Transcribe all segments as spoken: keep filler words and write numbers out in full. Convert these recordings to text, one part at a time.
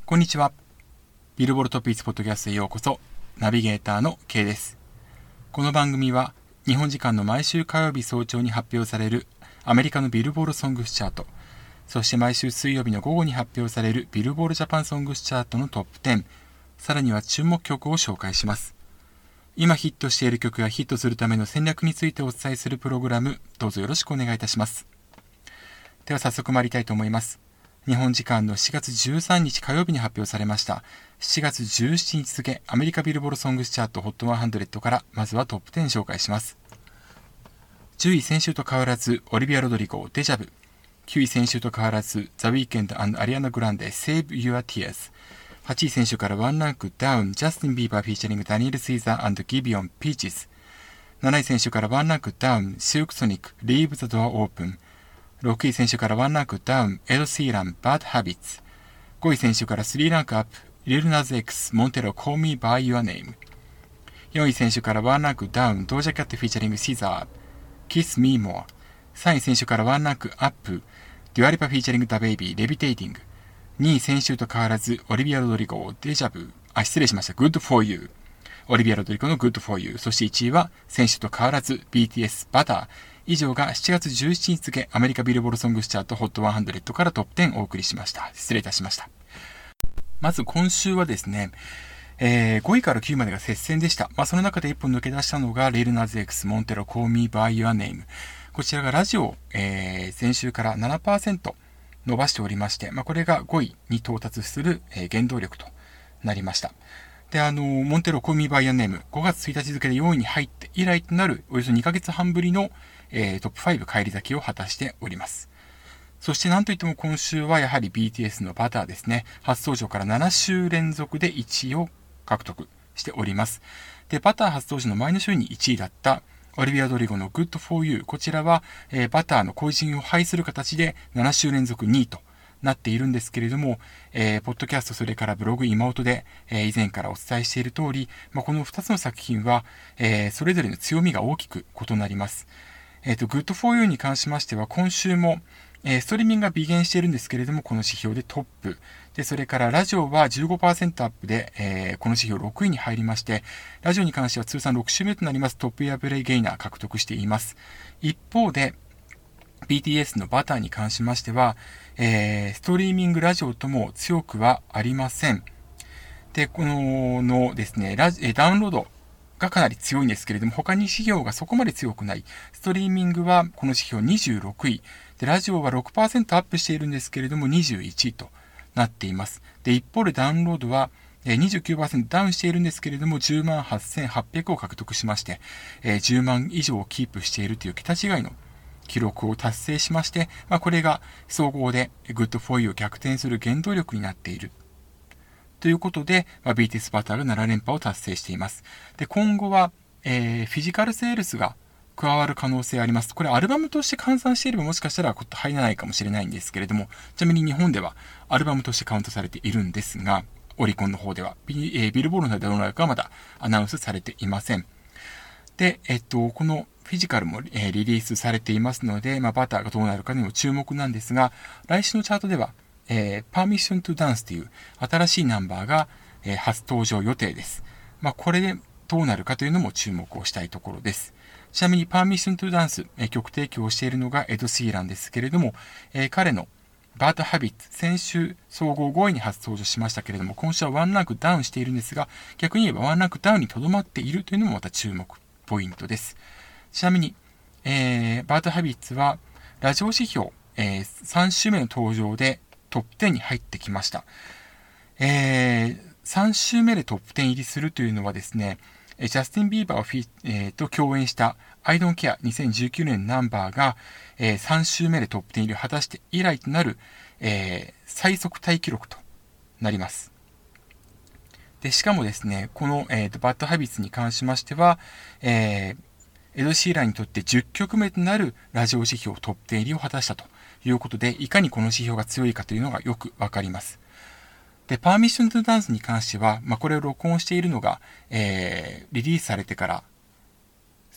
こんにちは。ビルボルトピーツポッドキャストへようこそ。ナビゲーターの K です。この番組は日本時間の毎週火曜日早朝に発表されるアメリカのビルボールソングスチャート、そして毎週水曜日の午後に発表されるビルボールジャパンソングスチャートのトップじゅう、さらには注目曲を紹介します。今ヒットしている曲やヒットするための戦略についてお伝えするプログラム、どうぞよろしくお願いいたします。では早速参りたいと思います。日本時間のしちがつじゅうさんにち火曜日に発表されましたしちがつじゅうしちにち付アメリカビルボールソングスチャート ホットひゃく からまずはトップじゅう紹介します。じゅうい先週と変わらずオリビア・ロドリゴデジャブ、きゅうい先週と変わらずザ・ウィークエンド&アリアナ・グランデ Save Your Tears、 はちい先週からワンランクダウンジャスティン・ビーバーフィーチャリングダニエル・シーザー&ギビオン・ピーチズ、なない先週からワンランクダウンシルク・ソニック Leave the Door Open、ろくい選手からワンランクダウン、エド・シーラン、Bad Habits。ごい選手からスリーランクアップ、リルナズ X、モンテロ、Call Me By Your Name。よんい選手からワンランクダウン、ドージャキャットフィーチャリングシザー、Kiss Me More。さんい選手からワンランクアップ、デュアリパフィーチャリングダベイビー、レビテイティング。にい先週と変わらず、オリビア・ロドリゴ、デジャブ。あ、失礼しました。Good For You。オリビア・ロドリゴの Good For You。そしていちいは、先週と変わらず、ビーティーエス、バター。以上がしちがつじゅうしちにち付アメリカビルボールソングスチャート ホットひゃく からトップじゅうをお送りしました。失礼いたしました。まず今週はですね、えー、ごいからきゅういまでが接戦でした。まあ、その中でいっぽん抜け出したのがレイルナズ X、モンテロ、Call Me By Your Name。こちらがラジオを、えー、先週から ななパーセント 伸ばしておりまして、まあ、これがごいに到達する、えー、原動力となりました。で、あの、モンテロ、Call Me By Your Name、ごがつついたち付でよんいに入って以来となるおよそにかげつはんぶりのえー、トップご返り咲きを果たしております。そしてなんといっても今週はやはり ビーティーエス のバターですね。初登場からななしゅう連続でいちいを獲得しております。で、バター初登場の前の週にいちいだったオリビア・ドリゴの Good For You。こちらは、えー、バターの後陣を排する形でななしゅう連続にいとなっているんですけれども、えー、ポッドキャストそれからブログ今音で、えー、以前からお伝えしている通り、まあ、このふたつの作品は、えー、それぞれの強みが大きく異なります。えっと、Good For You に関しましては、今週も、えー、ストリーミングが微減しているんですけれども、この指標でトップ。で、それからラジオは じゅうごパーセント アップで、えー、この指標ろくいに入りまして、ラジオに関しては通算ろく週目となりますトップエアプレイゲイナー獲得しています。一方で、ビーティーエス のバターに関しましては、えー、ストリーミングラジオとも強くはありません。で、この、のですね、ラジ、ダウンロード、がかなり強いんですけれども、他に指標がそこまで強くない。ストリーミングはこの指標にじゅうろくい。で、ラジオは ろくパーセント アップしているんですけれどもにじゅういちいとなっています。で、一方でダウンロードは にじゅうきゅうパーセント ダウンしているんですけれどもじゅうまんはっせんはっぴゃくを獲得しまして、じゅうまん以上をキープしているという桁違いの記録を達成しまして、まあ、これが総合で Good For You を逆転する原動力になっている。ということで、まあ、ビーティーエス バターがなな連覇を達成しています。で、今後は、えー、フィジカルセールスが加わる可能性あります。これアルバムとして換算していればもしかしたら入らないかもしれないんですけれども、ちなみに日本ではアルバムとしてカウントされているんですが、オリコンの方では、ビ, えー、ビルボールの方でどうなるかはまだアナウンスされていません。で、えっと、このフィジカルも、えー、リリースされていますので、まあ、バターがどうなるかにも注目なんですが、来週のチャートでは、えー、Permission to Dance という新しいナンバーが、えー、初登場予定です。まあ、これでどうなるかというのも注目をしたいところです。ちなみに Permission to Dance、えー、曲提供をしているのがエド・シーランですけれども、えー、彼の Bad Habits、先週総合ごいに初登場しましたけれども、今週はワンランクダウンしているんですが、逆に言えばワンランクダウンにとどまっているというのもまた注目ポイントです。ちなみに、えー、Bad Habits はラジオ指標、えー、さん週目の登場でトップじゅうに入ってきました。えー、さん週目でトップじゅう入りするというのはですね、ジャスティン・ビーバーをフィ、えー、と共演した I Don't Care にせんじゅうきゅうねんナンバーが、えー、さん週目でトップじゅう入りを果たして以来となる、えー、最速タイ記録となります。で、しかもですね、この、えー、とバッドハビッツに関しましては、えー、エド・シーランにとってじゅっきょくめとなるラジオ指標トップじゅう入りを果たしたということで、いかにこの指標が強いかというのがよくわかります。で、Permission to Dance に関しては、まあ、これを録音しているのが、えー、リリースされてから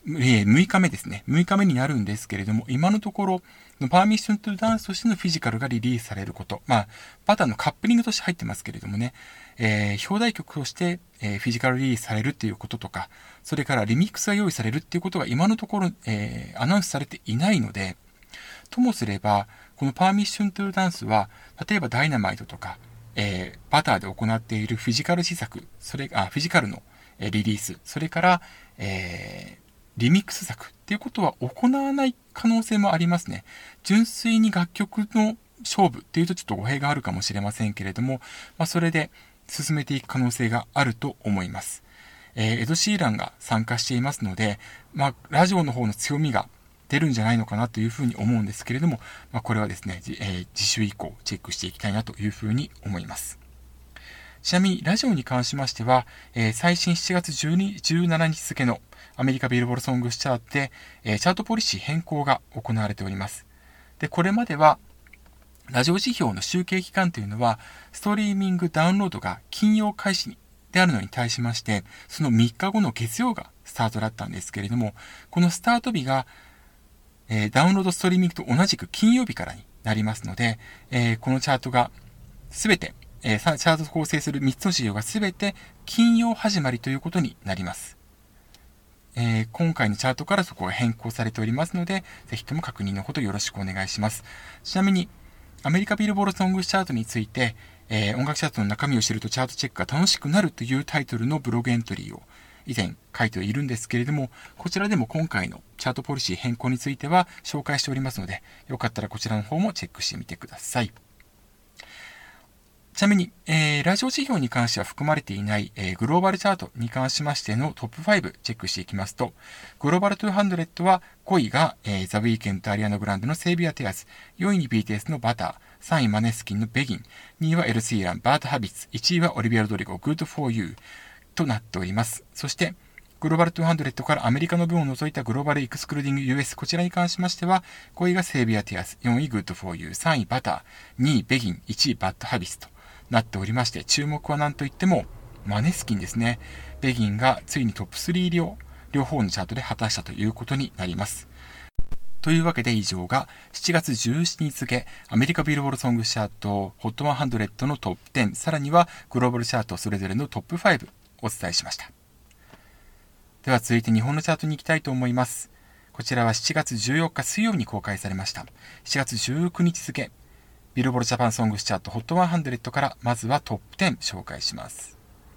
むいかめですね。むいかめになるんですけれども、今のところ、パーミッショントゥダンスとしてのフィジカルがリリースされること。まあ、バターのカップリングとして入ってますけれどもね、えー、表題曲として、えー、フィジカルリリースされるっていうこととか、それからリミックスが用意されるっていうことが今のところ、えー、アナウンスされていないので、ともすれば、このパーミッショントゥダンスは、例えばダイナマイトとか、えー、バターで行っているフィジカル施策、それあフィジカルの、えー、リリース、それから、えー、リミックス作っていうことは行わない可能性もありますね。純粋に楽曲の勝負っていうとちょっと語弊があるかもしれませんけれども、まあ、それで進めていく可能性があると思います。えー、エド・シーランが参加していますので、まあ、ラジオの方の強みが出るんじゃないのかなというふうに思うんですけれども、まあ、これはですね、えー、次週以降チェックしていきたいなというふうに思います。ちなみにラジオに関しましては、えー、最新しちがつじゅうに、じゅうしちにち付のアメリカビルボードソングスチャートで、えー、チャートポリシー変更が行われております。で、これまではラジオ指標の集計期間というのは、ストリーミングダウンロードが金曜開始であるのに対しまして、そのみっかごの月曜がスタートだったんですけれども、このスタート日が、えー、ダウンロードストリーミングと同じく金曜日からになりますので、えー、このチャートがすべて、えー、チャートを構成するみっつの指標がすべて金曜始まりということになります。えー、今回のチャートからそこが変更されておりますので、ぜひとも確認のほどよろしくお願いします。ちなみに、アメリカビルボードソングチャートについて、えー、音楽チャートの中身を知るとチャートチェックが楽しくなるというタイトルのブログエントリーを以前書いているんですけれども、こちらでも今回のチャートポリシー変更については紹介しておりますので、よかったらこちらの方もチェックしてみてください。ちなみに、えー、ラジオ指標に関しては含まれていない、えー、グローバルチャートに関しましてのトップファイブチェックしていきますと、グローバルにひゃくはごいが、えー、ザ・ウィーケンドとアリアナ・グランデのセービア・テアーズ、よいに ビーティーエス のバター、さんいマネスキンのベギン、にいはエル・シーラン、バード・ハビッツ、いちいはオリビア・ロドリゴ、グッド・フォー・ユーとなっております。そして、グローバルにひゃくからアメリカの分を除いたグローバルエクスクルーディング ユーエス、こちらに関しましては、ごいがセービア・テアーズ、よんいグッド・フォー・ユー、さんいバター、にいベギン、いちいバッド・ハビッツとなっておりまして、注目は何といってもマネスキンですね。ベギンがついにトップスリー入りを両方のチャートで果たしたということになります。というわけで以上がしちがつじゅうしちにち付アメリカビルボードソングチャート ホットひゃくのトップテン、さらにはグローバルチャートそれぞれのトップファイブをお伝えしました。では続いて日本のチャートに行きたいと思います。こちらはしちがつじゅうよっか水曜日に公開されました。しちがつじゅうくにち付ビルボードジャパンソングスチャート ホットひゃくからまずはトップテン紹介します。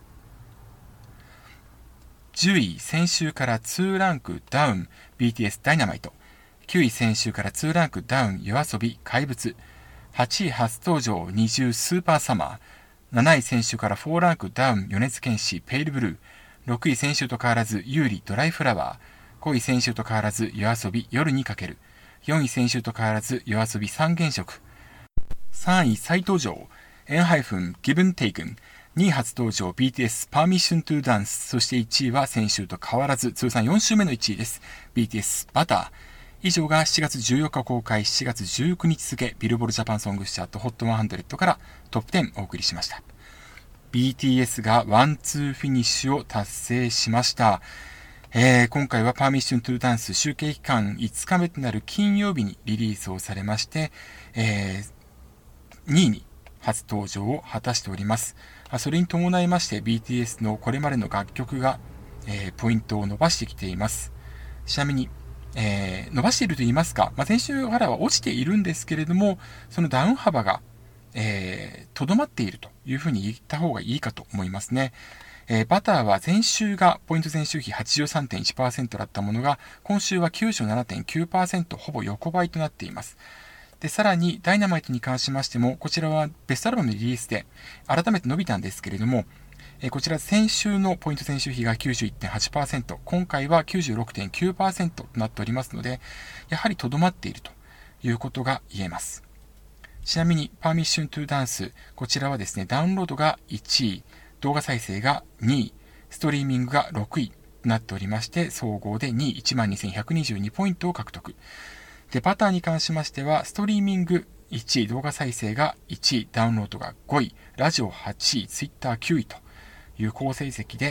じゅうい、先週からにランクダウン ビーティーエス ダイナマイト。きゅうい、先週からにランクダウン 夜遊び怪物。はちい、初登場にじゅうスーパーサマー。なない、先週からよんランクダウン米津玄師ペイルブルー。ろくい、先週と変わらず有利ドライフラワー。ごい、先週と変わらず夜遊び夜にかける。よんい、先週と変わらず夜遊び三原色。さんい、再登場エンハイフンギブンテイクン。にい、初登場 ビーティーエス パーミッショントゥダンス。そしていちいは先週と変わらず通算よん週目のいちいです。ビーティーエス バター。以上がしちがつじゅうよっか公開、しちがつじゅうくにち付ビルボードジャパンソングスチャート ホットひゃくからトップテンお送りしました。ビーティーエス がワンツーフィニッシュを達成しました。えー、今回はパーミッショントゥダンス集計期間いつかめとなる金曜日にリリースをされまして、えー、にいに初登場を果たしております。それに伴いまして ビーティーエス のこれまでの楽曲が、えー、ポイントを伸ばしてきています。ちなみにえー、伸ばしていると言いますか、まあ、先週からは落ちているんですけれども、そのダウン幅が、えー、とどまっているというふうに言った方がいいかと思いますね。えー、バターは前週がポイント前週比 はちじゅうさんてんいちパーセント だったものが、今週は きゅうじゅうななてんきゅうパーセント、ほぼ横ばいとなっています。で、さらに、ダイナマイトに関しましても、こちらはベストアルバムのリリースで、改めて伸びたんですけれども、えこちら先週のポイント前週比が きゅうじゅういってんはちパーセント、今回は きゅうじゅうろくてんきゅうパーセント となっておりますので、やはりとどまっているということが言えます。ちなみに、パーミッショントゥダンス、こちらはですね、ダウンロードがいちい、動画再生がにい、ストリーミングがろくいとなっておりまして、総合でにい、いちまんにせんひゃくにじゅうにポイントを獲得。で、バターに関しましては、ストリーミングいちい、動画再生がいちい、ダウンロードがごい、ラジオはちい、ツイッターきゅういという好成績で、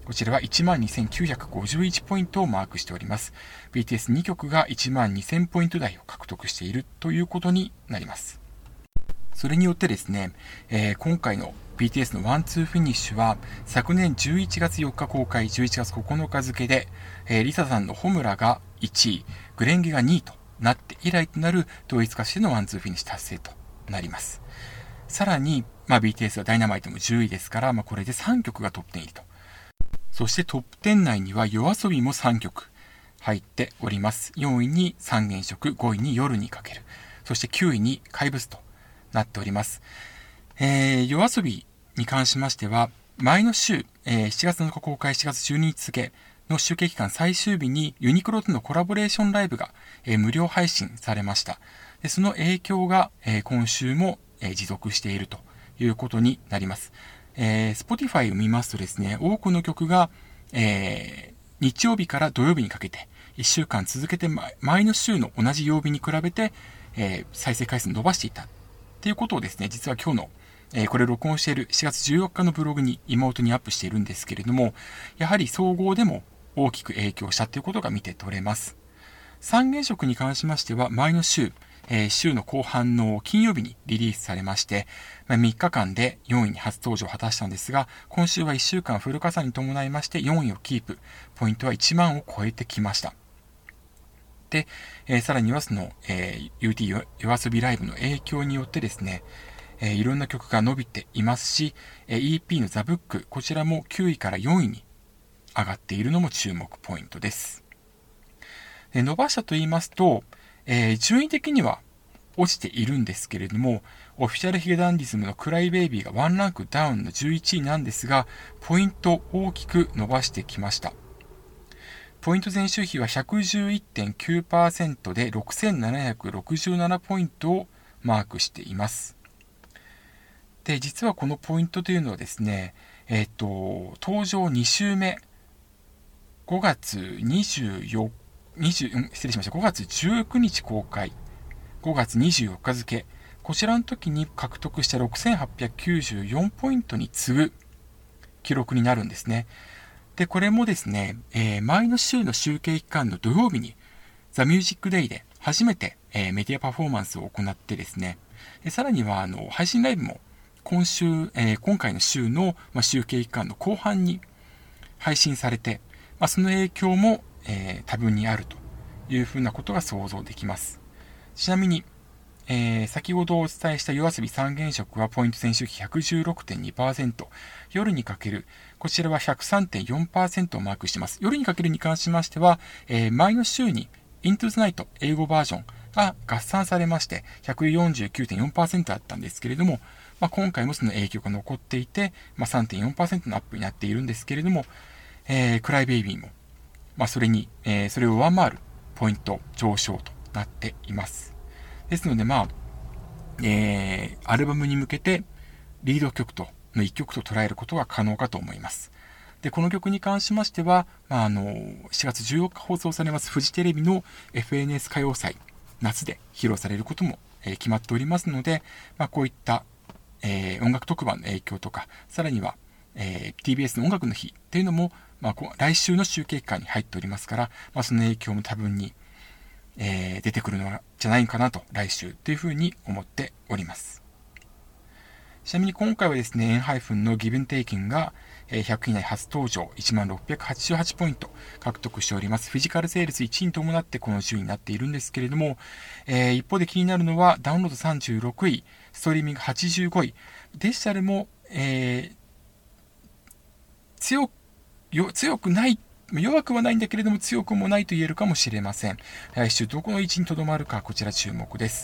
こちらはいちまんにせんきゅうひゃくごじゅういちポイントをマークしております。ビーティーエスに 曲がいちまんにせんポイント台を獲得しているということになります。それによってですね、えー、今回の ビーティーエス のワンツーフィニッシュは昨年じゅういちがつよっか公開、じゅういちがつここのか付で、えー、リサさんのホムラがいちい、グレンゲがにいとなって以来となる同一化してのワンツーフィニッシュ達成となります。さらに、まあ、ビーティーエス はダイナマイトもじゅういですから、まあ、これでさんきょくがトップじゅう入りと。そしてトップじゅう内にはYOASOBIもさんきょく入っております。よんいに三原色、ごいに夜にかける、そしてきゅういに怪物となっております。えー、YOASOBIに関しましては、前の週、えー、しちがつのか公開、しちがつじゅうににち付の集計期間最終日にユニクロとのコラボレーションライブが、えー、無料配信されました。でその影響が、えー、今週も、えー、持続しているということになります。えー、Spotify を見ますとですね、多くの曲が、えー、日曜日から土曜日にかけていっしゅうかん続けて前の週の同じ曜日に比べて、えー、再生回数を伸ばしていたっていうことをですね、実は今日の、えー、これを録音しているしがつじゅうよっかのブログに妹にアップしているんですけれども、やはり総合でも大きく影響したということが見て取れます。三原色に関しましては前の週、えー、週の後半の金曜日にリリースされまして、まあ、みっかかんでよんいに初登場を果たしたんですが、今週はいっしゅうかんフル加算に伴いましてよんいをキープ、ポイントはいちまんを超えてきました。で、えー、さらにはその、えー、ユーティー YOASOBIライブの影響によってですね、えー、いろんな曲が伸びていますし、えー、イーピー のザ・ブック、こちらもきゅういからよんいに上がっているのも注目ポイントです。で伸ばしたと言いますと、えー、順位的には落ちているんですけれども、オフィシャルヒゲダンディズムのクライベイビーがワンランクダウンのじゅういちいなんですが、ポイントを大きく伸ばしてきました。ポイント前週比は ひゃくじゅういってんきゅうパーセント でろくせんななひゃくろくじゅうななポイントをマークしています。で、実はこのポイントというのはですね、えっと、登場に週目、ごがつにじゅうよっか、20失礼しました。ごがつじゅうくにち公開、ごがつにじゅうよっか付、こちらの時に獲得したろくせんはっぴゃくきゅうじゅうよんポイントに次ぐ記録になるんですね。で、これもですね、えー、前の週の集計期間の土曜日にザ・ミュージックデイで初めて、えー、メディアパフォーマンスを行ってですね、さらにはあの配信ライブも今週、えー、今回の週の、まあ、集計期間の後半に配信されて、まあ、その影響もえー、多分にあるというふうなことが想像できます。ちなみに、えー、先ほどお伝えしたYOASOBI三原色はポイント前週比 ひゃくじゅうろくてんにパーセント、夜にかける、こちらは ひゃくさんてんよんパーセント をマークしています。夜にかけるに関しましては、えー、前の週に Into the Night 英語バージョンが合算されまして ひゃくよんじゅうきゅうてんよんパーセント だったんですけれども、まあ、今回もその影響が残っていて、まあ、さんてんよんパーセント のアップになっているんですけれども、えー、クライベイビーもまあ、それに、えー、それを上回るポイント上昇となっています。ですので、まあ、えー、アルバムに向けてリード曲との一曲と捉えることが可能かと思います。で、この曲に関しましては、まあ、あの、しがつじゅうよっか放送されますフジテレビの エフエヌエス 歌謡祭夏で披露されることも、えー、決まっておりますので、まあ、こういった、えー、音楽特番の影響とか、さらには、えー、ティービーエス の音楽の日っていうのも、まあ、来週の集計期間に入っておりますから、まあ、その影響も多分に、えー、出てくるのじゃないかなと、来週というふうに思っております。ちなみに今回はですね、エンハイフンのギブンテイキンがひゃくい以内初登場 いちまんろっぴゃくはちじゅうはちポイント獲得しております。フィジカルセールスいちいに伴ってこの順位になっているんですけれども、えー、一方で気になるのはダウンロードさんじゅうろくい、ストリーミングはちじゅうごい、デジタルも、えー、強くよ強くない、弱くはないんだけれども強くもないと言えるかもしれません。来週どこの位置にとどまるか、こちら注目です。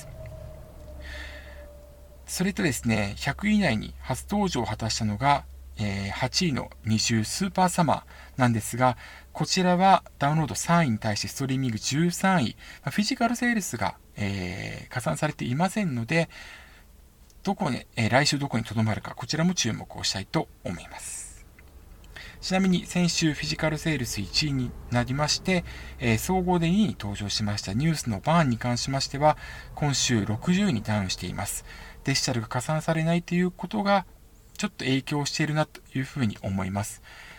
それとですね、ひゃくい以内に初登場を果たしたのが、えー、はちいのに週スーパーサマーなんですが、こちらはダウンロードさんいに対してストリーミングじゅうさんい、フィジカルセールスが、えー、加算されていませんので、どこに、えー、来週どこにとどまるか、こちらも注目をしたいと思います。ちなみに先週フィジカルセールスいちいになりまして、えー、総合でにいに登場しましたニュースのバーンに関しましては、今週ろくじゅういにダウンしています。デジタルが加算されないということがちょっと影響しているなというふうに思います。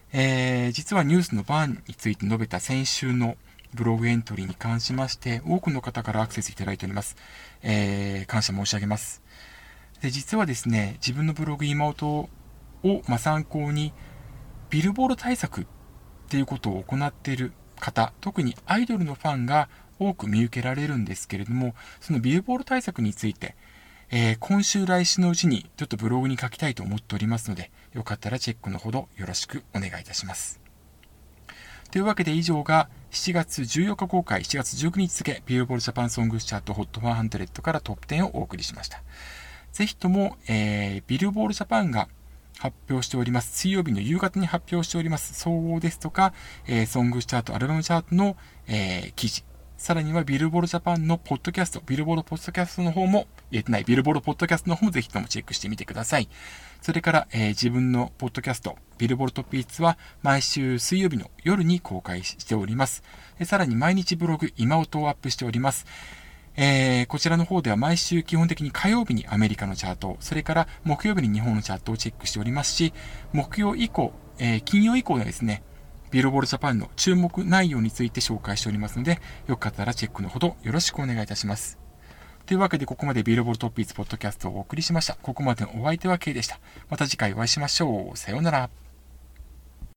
えー、実はニュースの番について述べた先週のブログエントリーに関しまして、多くの方からアクセスいただいております。えー、感謝申し上げます。で、実はですね、自分のブログ今音を、まあ、参考に、ビルボード対策っていうことを行っている方、特にアイドルのファンが多く見受けられるんですけれども、そのビルボード対策について、えー、今週来週のうちにちょっとブログに書きたいと思っておりますので、よかったらチェックのほどよろしくお願いいたします。というわけで以上がしちがつじゅうよっか公開、しちがつじゅうくにち付ビルボードジャパンソングスチャート ホットひゃく からトップじゅうをお送りしました。ぜひとも、えー、ビルボードジャパンが発表しております。水曜日の夕方に発表しております。総合ですとか、えー、ソングスチャート、アルバムチャートの、えー、記事。さらにはビルボードジャパンのポッドキャスト、ビルボードポッドキャストの方も、入れてない、ビルボードポッドキャストの方もぜひともチェックしてみてください。それから、えー、自分のポッドキャスト、ビルボードトップヒッツは毎週水曜日の夜に公開しております。さらに毎日ブログ、今音をアップしております。えー、こちらの方では毎週基本的に火曜日にアメリカのチャート、それから木曜日に日本のチャートをチェックしておりますし、木曜以降、えー、金曜以降でですね、ビルボードジャパンの注目内容について紹介しておりますので、よかったらチェックのほどよろしくお願いいたします。というわけでここまでビルボードトップヒッツポッドキャストをお送りしました。ここまでのお相手は K でした。また次回お会いしましょう。さようなら。